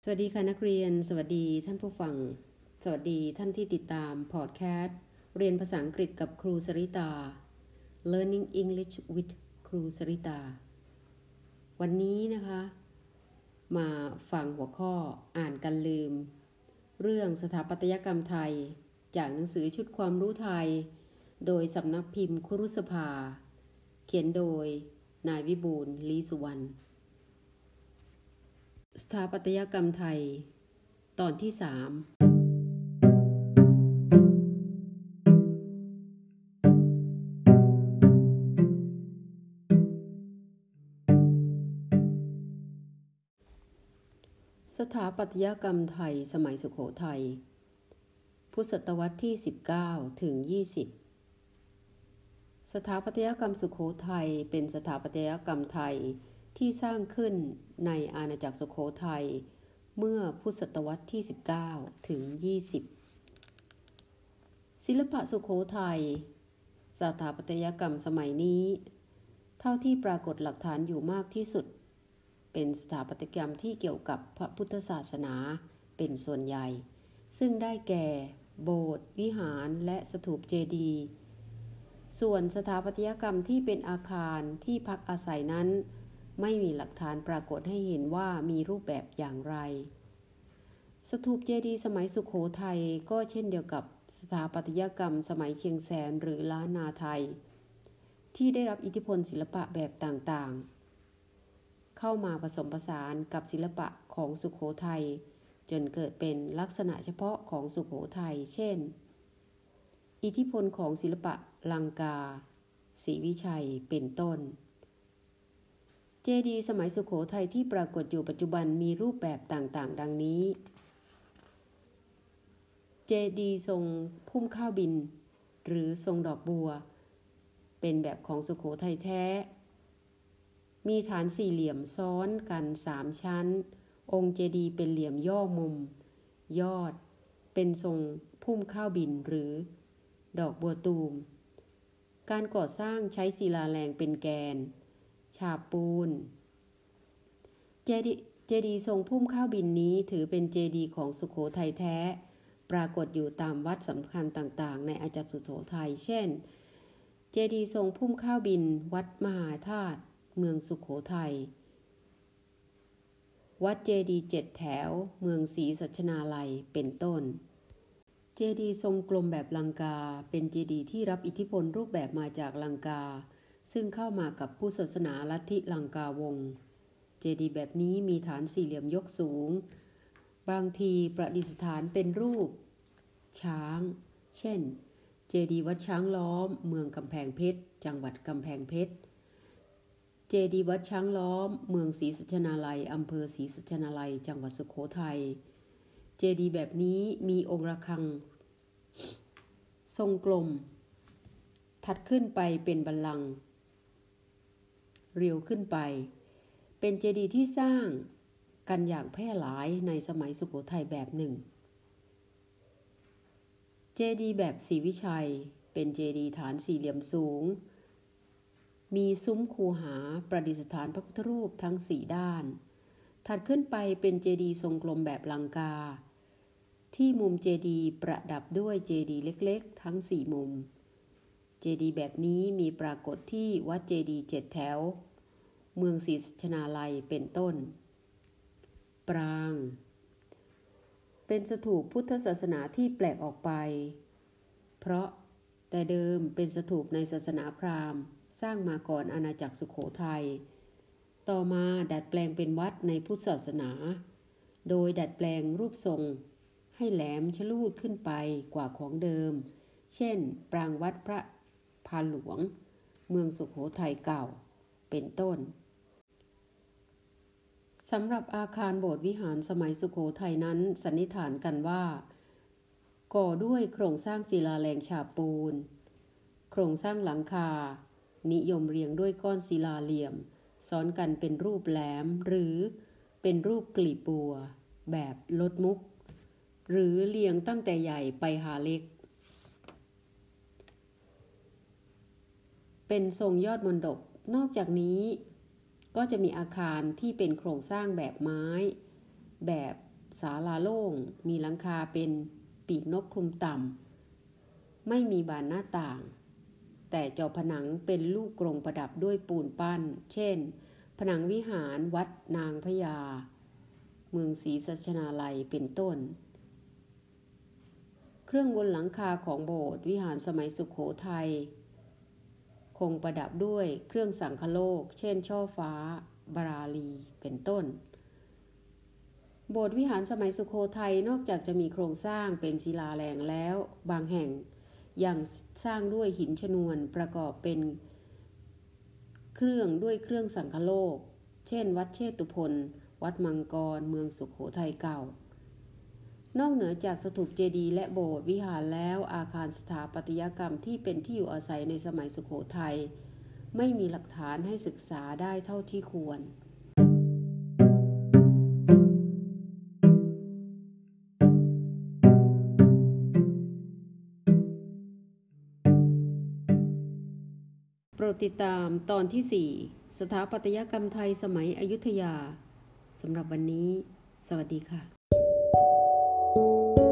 สวัสดีค่ะนักเรียนสวัสดีท่านผู้ฟังสวัสดีท่านที่ติดตามพอดแคสต์เรียนภาษาอังกฤษกับครูสริตา Learning English with ครูสริตาวันนี้นะคะมาฟังหัวข้ออ่านกันลืมเรื่องสถาปัตยกรรมไทยจากหนังสือชุดความรู้ไทยโดยสำนักพิมพ์ครุสภาเขียนโดยนายวิบูลย์ ลีสุวรรณสถาปัตยกรรมไทยตอนที่3สถาปัตยกรรมไทยสมัยสุโขทัยพุทธศตวรรษที่19ถึง20สถาปัตยกรรมสุโขทัยเป็นสถาปัตยกรรมไทยที่สร้างขึ้นในอาณาจักรสุโขทัยเมื่อพุทธศตวรรษที่19ถึง20ศิลปะสุโขทัยสถาปัตยกรรมสมัยนี้เท่าที่ปรากฏหลักฐานอยู่มากที่สุดเป็นสถาปัตยกรรมที่เกี่ยวกับพระพุทธศาสนาเป็นส่วนใหญ่ซึ่งได้แก่โบสถ์วิหารและสถูปเจดีย์ส่วนสถาปัตยกรรมที่เป็นอาคารที่พักอาศัยนั้นไม่มีหลักฐานปรากฏให้เห็นว่ามีรูปแบบอย่างไรสถูปเจดีย์สมัยสุโขทัยก็เช่นเดียวกับสถาปัตยกรรมสมัยเชียงแสนหรือล้านนาไทยที่ได้รับอิทธิพลศิลปะแบบต่างๆเข้ามาผสมผสานกับศิลปะของสุโขทัยจนเกิดเป็นลักษณะเฉพาะของสุโขทัยเช่นอิทธิพลของศิลปะลังกาศรีวิชัยเป็นต้นเจดีย์สมัยสุโขทัยที่ปรากฏอยู่ปัจจุบันมีรูปแบบต่างๆดังนี้เจดีย์ทรงพุ่มข้าวบินหรือทรงดอกบัวเป็นแบบของสุโขทัยแท้มีฐานสี่เหลี่ยมซ้อนกัน3ชั้นองค์เจดีย์เป็นเหลี่ยมย่อมุมยอดเป็นทรงพุ่มข้าวบินหรือดอกบัวตูมการก่อสร้างใช้ศิลาแรงเป็นแกนฉาบปูนเจดีย์ทรงพุ่มข้าวบินนี้ถือเป็นเจดีย์ของสุโขทัยแท้ปรากฏอยู่ตามวัดสำคัญต่างๆในอาณาจักรสุโขทัยเช่นเจดีย์ทรงพุ่มข้าวบินวัดมหาธาตุเมืองสุโขทัยวัดเจดีย์7แถวเมืองศรีสัชนาลัยเป็นต้นเจดีย์ทรงกลมแบบลังกาเป็นเจดีย์ที่รับอิทธิพลรูปแบบมาจากลังกาซึ่งเข้ามากับพุทธศาสนาลัทธิลังกาวงศ์เจดีย์แบบนี้มีฐานสี่เหลี่ยมยกสูงบางทีประดิษฐานเป็นรูปช้างเช่นเจดีย์วัดช้างล้อมเมืองกำแพงเพชรจังหวัดกำแพงเพชรเจดีย์วัดช้างล้อมเมืองศรีสัชนาลัยอำเภอศรีสัชนาลัยจังหวัดสุโขทัยเจดีย์แบบนี้มีองค์ระฆังทรงกลมถัดขึ้นไปเป็นบัลลังก์เรียวขึ้นไปเป็นเจดีย์ที่สร้างกันอย่างแพร่หลายในสมัยสุโขทัยแบบหนึ่งเจดีย์แบบศรีวิชัยเป็นเจดีย์ฐานสี่เหลี่ยมสูงมีซุ้มคูหาประดิษฐานพระพุทธรูปทั้ง4ด้านถัดขึ้นไปเป็นเจดีย์ทรงกลมแบบลังกาที่มุมเจดีย์ประดับด้วยเจดีย์เล็กๆทั้ง4มุมเจดีย์แบบนี้มีปรากฏที่วัดเจดีย์7แถวเมืองศรีสัชนาลัยเป็นต้นปรางเป็นสถูปพุทธศาสนาที่แปลกออกไปเพราะแต่เดิมเป็นสถูปในศาสนาพราหมณ์สร้างมาก่อนอาณาจักรสุโขทัยต่อมาดัดแปลงเป็นวัดในพุทธศาสนาโดยดัดแปลงรูปทรงให้แหลมชะลูดขึ้นไปกว่าของเดิมเช่นปรางวัดพระพานหลวงเมืองสุโขทัยเก่าเป็นต้นสำหรับอาคารโบสถ์วิหารสมัยสุโขทัยนั้นสันนิษฐานกันว่าก่อด้วยโครงสร้างศิลาแรงฉาบปูนโครงสร้างหลังคานิยมเรียงด้วยก้อนศิลาเหลี่ยมซ้อนกันเป็นรูปแหลมหรือเป็นรูปกลีบบัวแบบลดมุกหรือเรียงตั้งแต่ใหญ่ไปหาเล็กเป็นทรงยอดมณฑปนอกจากนี้ก็จะมีอาคารที่เป็นโครงสร้างแบบไม้แบบศาลาโล่งมีหลังคาเป็นปีกนกคลุมต่ำไม่มีบานหน้าต่างแต่เจาะผนังเป็นลูกกรงประดับด้วยปูนปั้นเช่นผนังวิหารวัดนางพญาเมืองศรีสัชนาลัยเป็นต้นเครื่องบนหลังคาของโบสถ์วิหารสมัยสุโขทัยคงประดับด้วยเครื่องสังคโลกเช่นช่อฟ้าบาราลีเป็นต้นโบสถ์วิหารสมัยสุโขทัยนอกจากจะมีโครงสร้างเป็นศิลาแรงแล้วบางแห่งยังสร้างด้วยหินชนวนประกอบเป็นเครื่องสังคโลกเช่นวัดเชตุพนวัดมังกรเมืองสุโขทัยเก่านอกเหนือจากสถูปเจดีย์และโบสถ์วิหารแล้วอาคารสถาปัตยกรรมที่เป็นที่อยู่อาศัยในสมัยสุโขทัยไม่มีหลักฐานให้ศึกษาได้เท่าที่ควรโปรดติดตามตอนที่ 4 สถาปัตยกรรมไทยสมัยอยุธยาสำหรับวันนี้สวัสดีค่ะ